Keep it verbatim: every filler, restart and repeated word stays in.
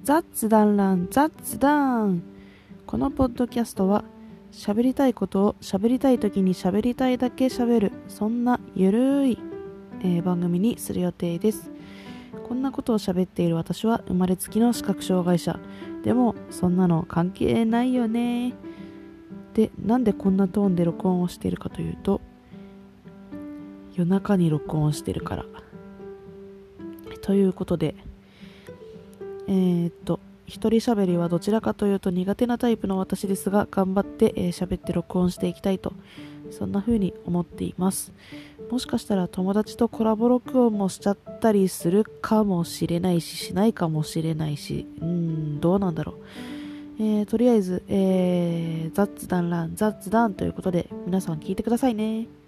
雑談欄雑談。このポッドキャストは喋りたいことを喋りたい時に喋りたいだけ喋る、そんなゆるい、えー、番組にする予定です。こんなことを喋っている私は生まれつきの視覚障害者。でもそんなの関係ないよね。で、なんでこんなトーンで録音をしているかというと、夜中に録音してるからということで、えー、っと一人喋りはどちらかというと苦手なタイプの私ですが、頑張って、えー、喋って録音していきたいと、そんな風に思っています。もしかしたら友達とコラボ録音もしちゃったりするかもしれないし、しないかもしれないし、うーんどうなんだろう。えー、とりあえず、えー、雑談欄雑談ということで皆さん聞いてくださいね。